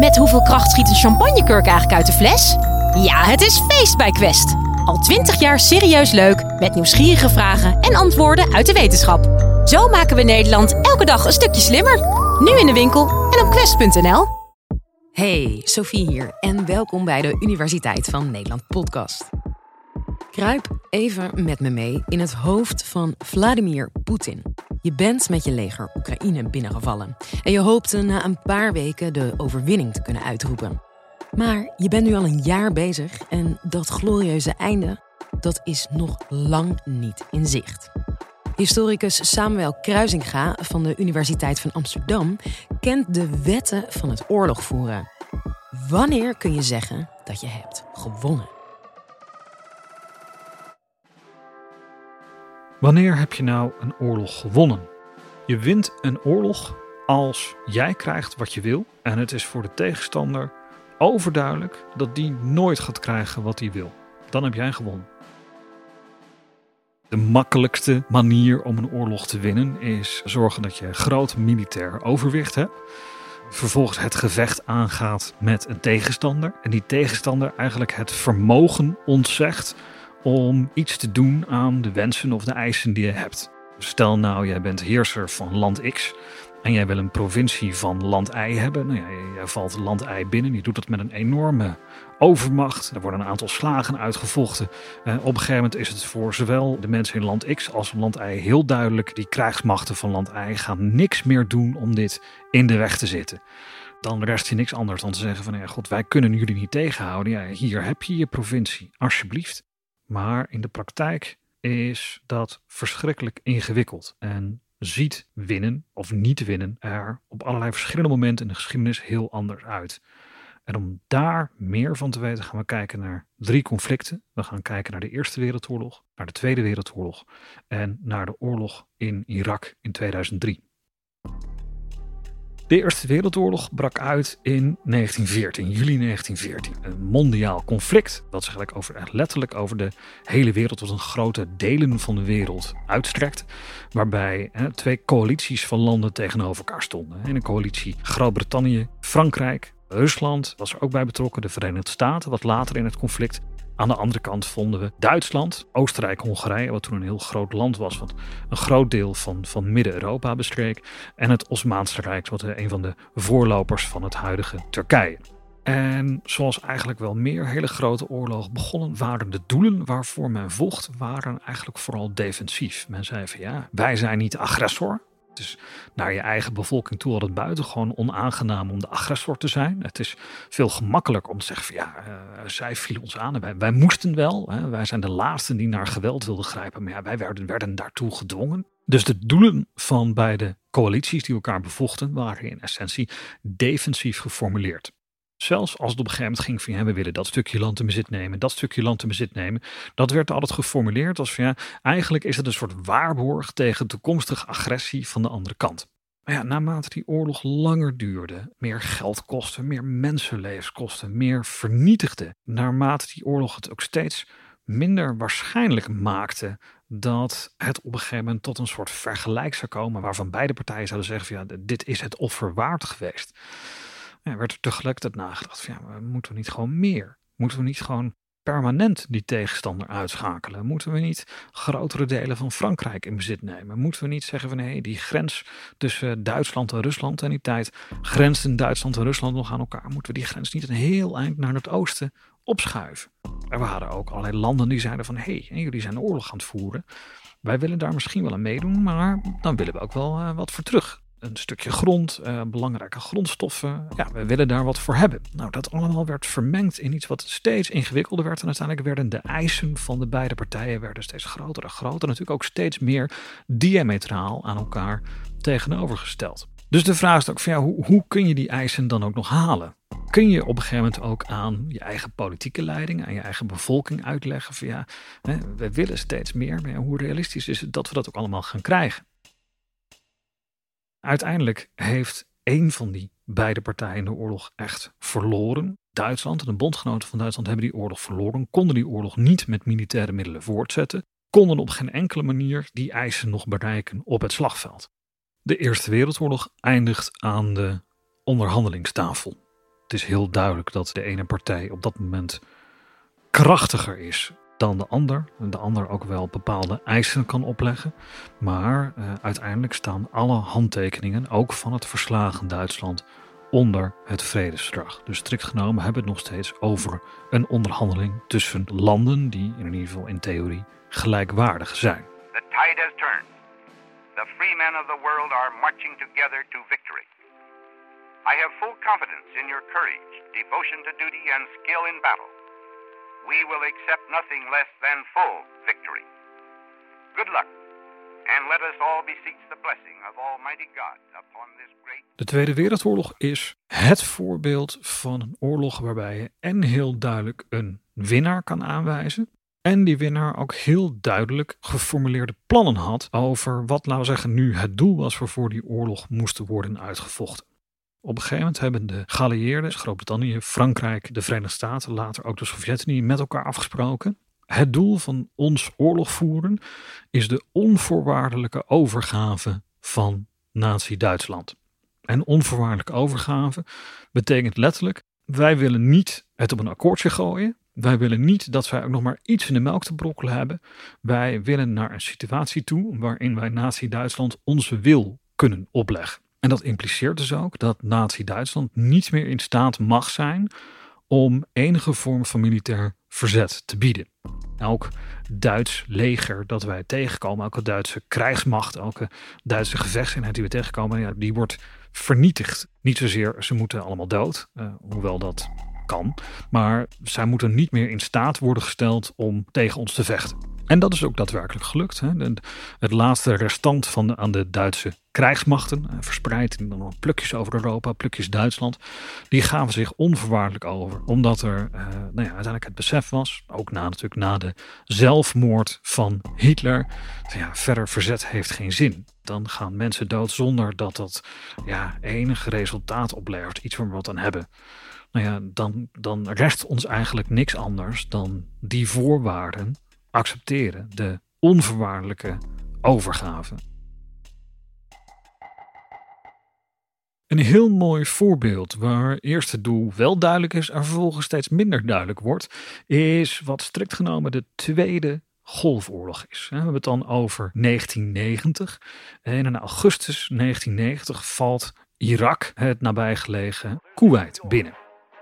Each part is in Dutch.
Met hoeveel kracht schiet een champagnekurk eigenlijk uit de fles? Ja, het is feest bij Quest. Al 20 jaar serieus leuk, met nieuwsgierige vragen en antwoorden uit de wetenschap. Zo maken we Nederland elke dag een stukje slimmer. Nu in de winkel en op quest.nl. Hey, Sophie hier en welkom bij de Universiteit van Nederland podcast. Kruip even met me mee in het hoofd van Vladimir Poetin. Je bent met je leger Oekraïne binnengevallen en je hoopte na een paar weken de overwinning te kunnen uitroepen. Maar je bent nu al een jaar bezig en dat glorieuze einde, dat is nog lang niet in zicht. Historicus Samuel Kruisinga van de Universiteit van Amsterdam kent de wetten van het oorlogvoeren. Wanneer kun je zeggen dat je hebt gewonnen? Wanneer heb je nou een oorlog gewonnen? Je wint een oorlog als jij krijgt wat je wil en het is voor de tegenstander overduidelijk dat die nooit gaat krijgen wat hij wil. Dan heb jij gewonnen. De makkelijkste manier om een oorlog te winnen is zorgen dat je groot militair overwicht hebt. Vervolgens het gevecht aangaat met een tegenstander. En die tegenstander eigenlijk het vermogen ontzegt om iets te doen aan de wensen of de eisen die je hebt. Stel nou, jij bent heerser van land X en jij wil een provincie van land Y hebben. Nou ja, jij valt land Y binnen, je doet dat met een enorme overmacht. Er worden een aantal slagen uitgevochten. Op een gegeven moment is het voor zowel de mensen in land X als land Y heel duidelijk. Die krijgsmachten van land Y gaan niks meer doen om dit in de weg te zitten. Dan rest je niks anders dan te zeggen van ja, God, wij kunnen jullie niet tegenhouden. Ja, hier heb je je provincie, alsjeblieft. Maar in de praktijk is dat verschrikkelijk ingewikkeld. En ziet winnen of niet winnen er op allerlei verschillende momenten in de geschiedenis heel anders uit. En om daar meer van te weten gaan we kijken naar 3 conflicten. We gaan kijken naar de Eerste Wereldoorlog, naar de Tweede Wereldoorlog en naar de oorlog in Irak in 2003. De Eerste Wereldoorlog brak uit in 1914, juli 1914. Een mondiaal conflict dat zich letterlijk over de hele wereld tot een grote delen van de wereld uitstrekt. Waarbij 2 coalities van landen tegenover elkaar stonden. In een coalitie Groot-Brittannië, Frankrijk, Rusland was er ook bij betrokken, de Verenigde Staten wat later in het conflict. Aan de andere kant vonden we Duitsland, Oostenrijk, Hongarije, wat toen een heel groot land was, wat een groot deel van Midden-Europa bestreek. En het Osmaanse Rijk, wat een van de voorlopers van het huidige Turkije. En zoals eigenlijk wel meer hele grote oorlogen begonnen, waren de doelen waarvoor men vocht, waren eigenlijk vooral defensief. Men zei van ja, wij zijn niet de agressor. Dus naar je eigen bevolking toe had het buitengewoon onaangenaam om de agressor te zijn. Het is veel gemakkelijker om te zeggen van ja, zij vielen ons aan. Wij moesten wel. Wij zijn de laatsten die naar geweld wilden grijpen. Maar ja, wij werden daartoe gedwongen. Dus de doelen van beide coalities die elkaar bevochten waren in essentie defensief geformuleerd. Zelfs als het op een gegeven moment ging van ja, we willen dat stukje land in bezit nemen, dat stukje land in bezit nemen. Dat werd altijd geformuleerd als van ja, eigenlijk is het een soort waarborg tegen toekomstige agressie van de andere kant. Maar ja, naarmate die oorlog langer duurde, meer geld kostte, meer mensenlevens kostte, meer vernietigde. Naarmate die oorlog het ook steeds minder waarschijnlijk maakte dat het op een gegeven moment tot een soort vergelijk zou komen waarvan beide partijen zouden zeggen van ja, dit is het offer waard geweest. Ja, werd er tegelijkertijd nagedacht van ja, moeten we niet gewoon meer? Moeten we niet gewoon permanent die tegenstander uitschakelen? Moeten we niet grotere delen van Frankrijk in bezit nemen? Moeten we niet zeggen van hé, die grens tussen Duitsland en Rusland en die tijd grenzen Duitsland en Rusland nog aan elkaar? Moeten we die grens niet een heel eind naar het oosten opschuiven? Er waren ook allerlei landen die zeiden van hé, jullie zijn oorlog aan het voeren. Wij willen daar misschien wel aan meedoen, maar dan willen we ook wel wat voor terug. Een stukje grond, belangrijke grondstoffen. Ja, we willen daar wat voor hebben. Nou, dat allemaal werd vermengd in iets wat steeds ingewikkelder werd. En uiteindelijk werden de eisen van de beide partijen werden steeds groter en groter. En natuurlijk ook steeds meer diametraal aan elkaar tegenovergesteld. Dus de vraag is ook van ja, hoe kun je die eisen dan ook nog halen? Kun je op een gegeven moment ook aan je eigen politieke leiding, aan je eigen bevolking uitleggen van ja, we willen steeds meer. Maar ja, hoe realistisch is het dat we dat ook allemaal gaan krijgen? Uiteindelijk heeft één van die beide partijen de oorlog echt verloren. Duitsland en de bondgenoten van Duitsland hebben die oorlog verloren, konden die oorlog niet met militaire middelen voortzetten, konden op geen enkele manier die eisen nog bereiken op het slagveld. De Eerste Wereldoorlog eindigt aan de onderhandelingstafel. Het is heel duidelijk dat de ene partij op dat moment krachtiger is dan de ander. En de ander ook wel bepaalde eisen kan opleggen. Maar uiteindelijk staan alle handtekeningen, ook van het verslagen Duitsland, onder het vredesverdrag. Dus strikt genomen hebben we het nog steeds over een onderhandeling tussen landen die in ieder geval in theorie gelijkwaardig zijn. The tide has turned. The free men of the world are marching together to victory. I have full confidence in your courage, devotion to duty, and skill in battle. We will accept nothing less than full victory. Good luck, and let us all beseech the blessing of Almighty God upon this great... De Tweede Wereldoorlog is het voorbeeld van een oorlog waarbij je en heel duidelijk een winnaar kan aanwijzen, en die winnaar ook heel duidelijk geformuleerde plannen had over wat, laten we zeggen, nu het doel was waarvoor die oorlog moest worden uitgevochten. Op een gegeven moment hebben de geallieerden, Groot-Brittannië, Frankrijk, de Verenigde Staten, later ook de Sovjet-Unie, met elkaar afgesproken. Het doel van ons oorlog voeren is de onvoorwaardelijke overgave van Nazi-Duitsland. En onvoorwaardelijke overgave betekent letterlijk, wij willen niet het op een akkoordje gooien. Wij willen niet dat zij ook nog maar iets in de melk te brokkelen hebben. Wij willen naar een situatie toe waarin wij Nazi-Duitsland onze wil kunnen opleggen. En dat impliceert dus ook dat Nazi-Duitsland niet meer in staat mag zijn om enige vorm van militair verzet te bieden. Elk Duits leger dat wij tegenkomen, elke Duitse krijgsmacht, elke Duitse gevechtseenheid die we tegenkomen, ja, die wordt vernietigd. Niet zozeer ze moeten allemaal dood, hoewel dat kan, maar zij moeten niet meer in staat worden gesteld om tegen ons te vechten. En dat is ook daadwerkelijk gelukt. Hè. Het laatste restant aan de Duitse krijgsmachten, verspreid in dan plukjes over Europa, plukjes Duitsland, die gaven zich onvoorwaardelijk over. Omdat er uiteindelijk het besef was, ook natuurlijk na de zelfmoord van Hitler, verder verzet heeft geen zin. Dan gaan mensen dood zonder dat dat enig resultaat oplevert, iets waar we wat aan hebben. Dan rest ons eigenlijk niks anders dan die voorwaarden accepteren, de onvoorwaardelijke overgave. Een heel mooi voorbeeld waar eerst het doel wel duidelijk is en vervolgens steeds minder duidelijk wordt, is wat strikt genomen de Tweede Golfoorlog is. We hebben het dan over 1990 en in augustus 1990 valt Irak, het nabijgelegen Koeweit, binnen.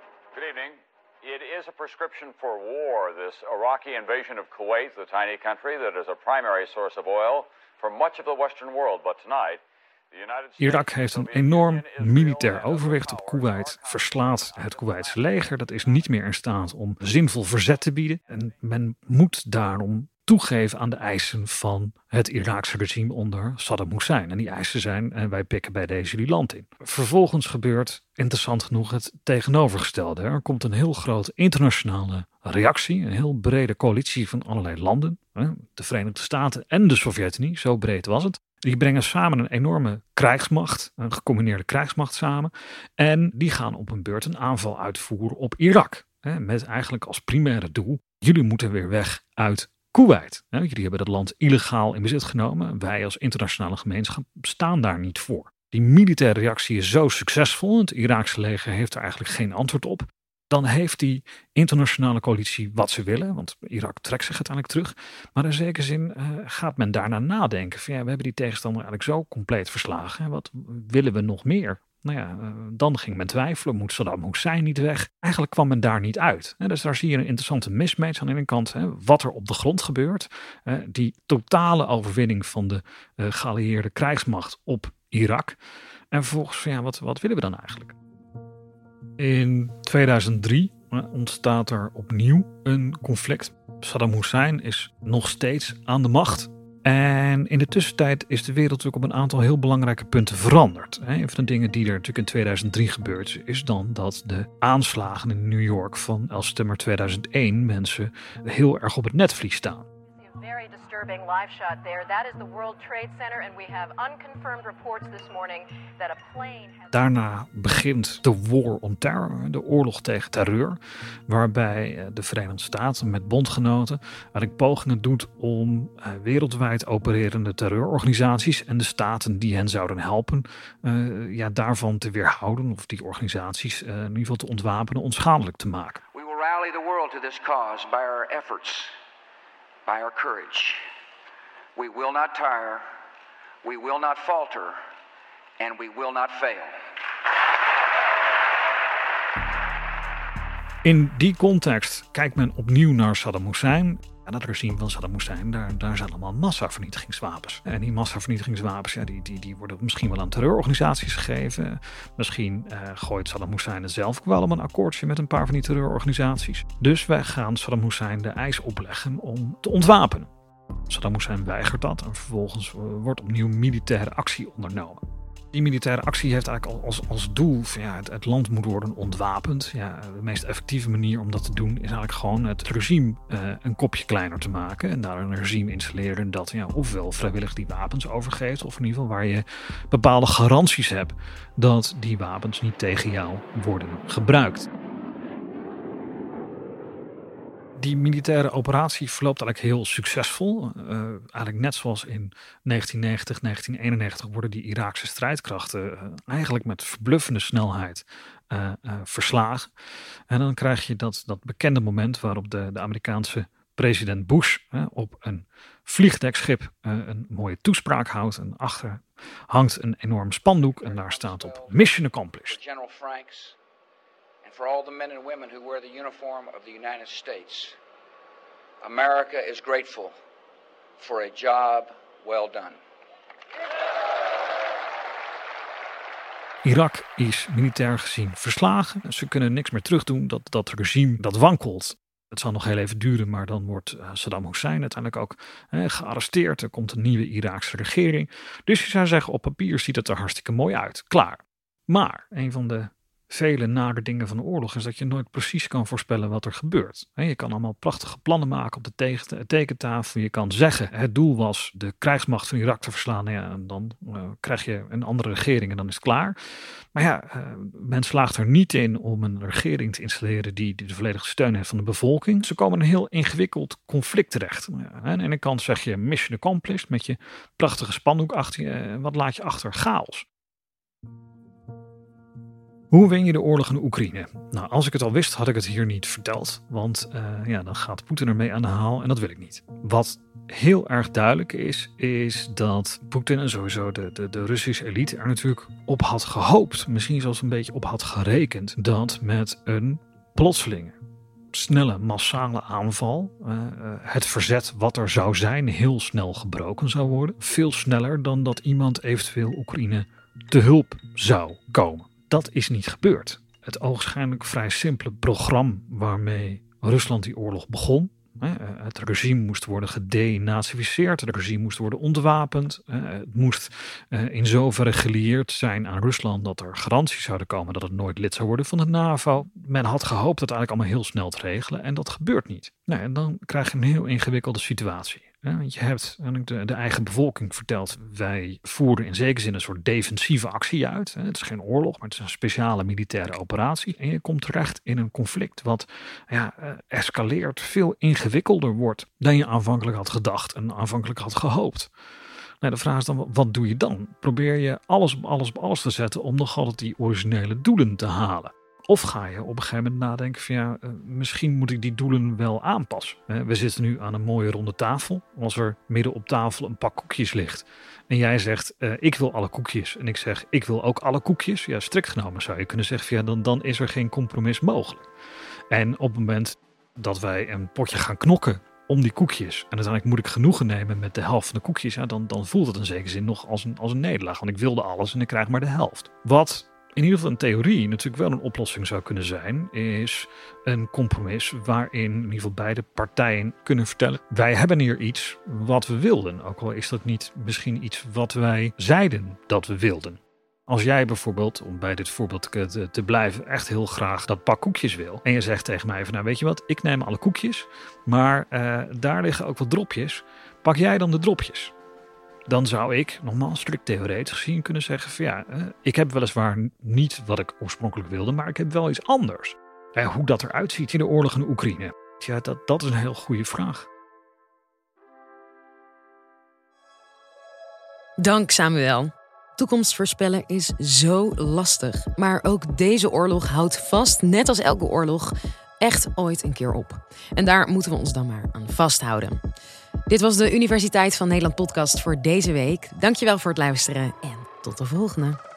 Is a prescription for war, this Iraqi invasion of Kuwait, the tiny country that is a primary source of oil for much of the Western world. But tonight, the United States... Irak heeft een enorm militair overwicht op Koeweit, verslaat het Koeweitse leger. Dat is niet meer in staat om zinvol verzet te bieden. En men moet daarom toegeven aan de eisen van het Iraakse regime onder Saddam Hussein. En die eisen zijn, en wij pikken bij deze jullie land in. Vervolgens gebeurt, interessant genoeg, het tegenovergestelde. Er komt een heel grote internationale reactie, een heel brede coalitie van allerlei landen. De Verenigde Staten en de Sovjet-Unie, zo breed was het. Die brengen samen een enorme krijgsmacht, een gecombineerde krijgsmacht samen. En die gaan op een beurt een aanval uitvoeren op Irak. Met eigenlijk als primaire doel, jullie moeten weer weg uit Koeweit. Jullie hebben dat land illegaal in bezit genomen. Wij als internationale gemeenschap staan daar niet voor. Die militaire reactie is zo succesvol. Het Iraakse leger heeft er eigenlijk geen antwoord op. Dan heeft die internationale coalitie wat ze willen. Want Irak trekt zich uiteindelijk terug. Maar in zekere zin gaat men daarna nadenken. Van, we hebben die tegenstander eigenlijk zo compleet verslagen. Wat willen we nog meer? Dan ging men twijfelen, moet Saddam Hussein niet weg? Eigenlijk kwam men daar niet uit. Dus daar zie je een interessante mismatch aan de ene kant. Wat er op de grond gebeurt. Die totale overwinning van de geallieerde krijgsmacht op Irak. En vervolgens, wat willen we dan eigenlijk? In 2003 ontstaat er opnieuw een conflict. Saddam Hussein is nog steeds aan de macht. En in de tussentijd is de wereld natuurlijk op een aantal heel belangrijke punten veranderd. Een van de dingen die er natuurlijk in 2003 gebeurt, is dan dat de aanslagen in New York van 11 september 2001 mensen heel erg op het netvlies staan. disturbing live shot there. That is the World Trade Center and we have unconfirmed reports this morning that a plane has... Daarna begint de War on Terror, de oorlog tegen terreur, waarbij de Verenigde Staten met bondgenoten eigenlijk pogingen doet om wereldwijd opererende terreurorganisaties en de staten die hen zouden helpen, daarvan te weerhouden of die organisaties in ieder geval te ontwapenen, onschadelijk te maken. We will rally the world to this cause by our efforts, by our courage. We will not tire, we will not falter, and we will not fail. In die context kijkt men opnieuw naar Saddam Hussein. En dat regime van Saddam Hussein, daar zijn allemaal massavernietigingswapens. En die massavernietigingswapens, die worden misschien wel aan terreurorganisaties gegeven. Misschien gooit Saddam Hussein het zelf ook wel om een akkoordje met een paar van die terreurorganisaties. Dus wij gaan Saddam Hussein de eis opleggen om te ontwapenen. Saddam Hussein weigert dat en vervolgens wordt opnieuw militaire actie ondernomen. Die militaire actie heeft eigenlijk als doel van het land moet worden ontwapend. Ja, de meest effectieve manier om dat te doen is eigenlijk gewoon het regime een kopje kleiner te maken. En daar een regime installeren dat ofwel vrijwillig die wapens overgeeft, of in ieder geval waar je bepaalde garanties hebt dat die wapens niet tegen jou worden gebruikt. Die militaire operatie verloopt eigenlijk heel succesvol. Eigenlijk net zoals in 1990, 1991 worden die Iraakse strijdkrachten eigenlijk met verbluffende snelheid verslagen. En dan krijg je dat bekende moment waarop de Amerikaanse president Bush op een vliegdekschip een mooie toespraak houdt. En achter hangt een enorm spandoek en daar staat op Mission Accomplished. General Franks. And for all the men and women who wear the uniform of the United States, America is grateful for a job well done. Irak is militair gezien verslagen. Ze kunnen niks meer terugdoen. Dat regime dat wankelt. Het zal nog heel even duren, maar dan wordt Saddam Hussein uiteindelijk ook gearresteerd. Er komt een nieuwe Iraakse regering. Dus je zou zeggen, op papier ziet het er hartstikke mooi uit. Klaar. Maar een van de vele nare dingen van de oorlog is dat je nooit precies kan voorspellen wat er gebeurt. Je kan allemaal prachtige plannen maken op de tekentafel. Je kan zeggen, het doel was de krijgsmacht van Irak te verslaan. En dan krijg je een andere regering en dan is het klaar. Maar men slaagt er niet in om een regering te installeren die de volledige steun heeft van de bevolking. Ze komen in een heel ingewikkeld conflict terecht. Aan de ene kant zeg je mission accomplished met je prachtige spandoek achter je. Wat laat je achter? Chaos. Hoe win je de oorlog in Oekraïne? Nou, als ik het al wist, had ik het hier niet verteld. Want dan gaat Poetin ermee aan de haal en dat wil ik niet. Wat heel erg duidelijk is dat Poetin en sowieso de Russische elite er natuurlijk op had gehoopt. Misschien zelfs een beetje op had gerekend. Dat met een plotselinge, snelle, massale aanval het verzet wat er zou zijn heel snel gebroken zou worden. Veel sneller dan dat iemand eventueel Oekraïne te hulp zou komen. Dat is niet gebeurd. Het ogenschijnlijk vrij simpele programma waarmee Rusland die oorlog begon. Het regime moest worden gedenazificeerd. Het regime moest worden ontwapend. Het moest in zoverre gelieerd zijn aan Rusland dat er garanties zouden komen dat het nooit lid zou worden van de NAVO. Men had gehoopt dat eigenlijk allemaal heel snel te regelen en dat gebeurt niet. En dan krijg je een heel ingewikkelde situatie. Want je hebt de eigen bevolking verteld, wij voeren in zekere zin een soort defensieve actie uit. Het is geen oorlog, maar het is een speciale militaire operatie. En je komt terecht in een conflict wat escaleert, veel ingewikkelder wordt dan je aanvankelijk had gedacht en aanvankelijk had gehoopt. De vraag is dan, wat doe je dan? Probeer je alles op alles te zetten om nog altijd die originele doelen te halen? Of ga je op een gegeven moment nadenken van misschien moet ik die doelen wel aanpassen. We zitten nu aan een mooie ronde tafel. Als er midden op tafel een pak koekjes ligt en jij zegt ik wil alle koekjes en ik zeg ik wil ook alle koekjes. Ja, strikt genomen zou je kunnen zeggen van dan is er geen compromis mogelijk. En op het moment dat wij een potje gaan knokken om die koekjes en uiteindelijk moet ik genoegen nemen met de helft van de koekjes, dan voelt het in zekere zin nog als een nederlaag. Want ik wilde alles en ik krijg maar de helft. Wat in ieder geval in theorie natuurlijk wel een oplossing zou kunnen zijn, is een compromis waarin in ieder geval beide partijen kunnen vertellen, wij hebben hier iets wat we wilden. Ook al is dat niet misschien iets wat wij zeiden dat we wilden. Als jij bijvoorbeeld, om bij dit voorbeeld te blijven, echt heel graag dat pak koekjes wil. En je zegt tegen mij van weet je wat, ik neem alle koekjes, maar daar liggen ook wat dropjes. Pak jij dan de dropjes? Dan zou ik, nogmaals strikt theoretisch gezien, kunnen zeggen van ik heb weliswaar niet wat ik oorspronkelijk wilde, maar ik heb wel iets anders. Hoe dat eruit ziet in de oorlog in Oekraïne, dat is een heel goede vraag. Dank Samuel. Toekomst voorspellen is zo lastig. Maar ook deze oorlog houdt vast, net als elke oorlog, echt ooit een keer op. En daar moeten we ons dan maar aan vasthouden. Dit was de Universiteit van Nederland podcast voor deze week. Dankjewel voor het luisteren en tot de volgende.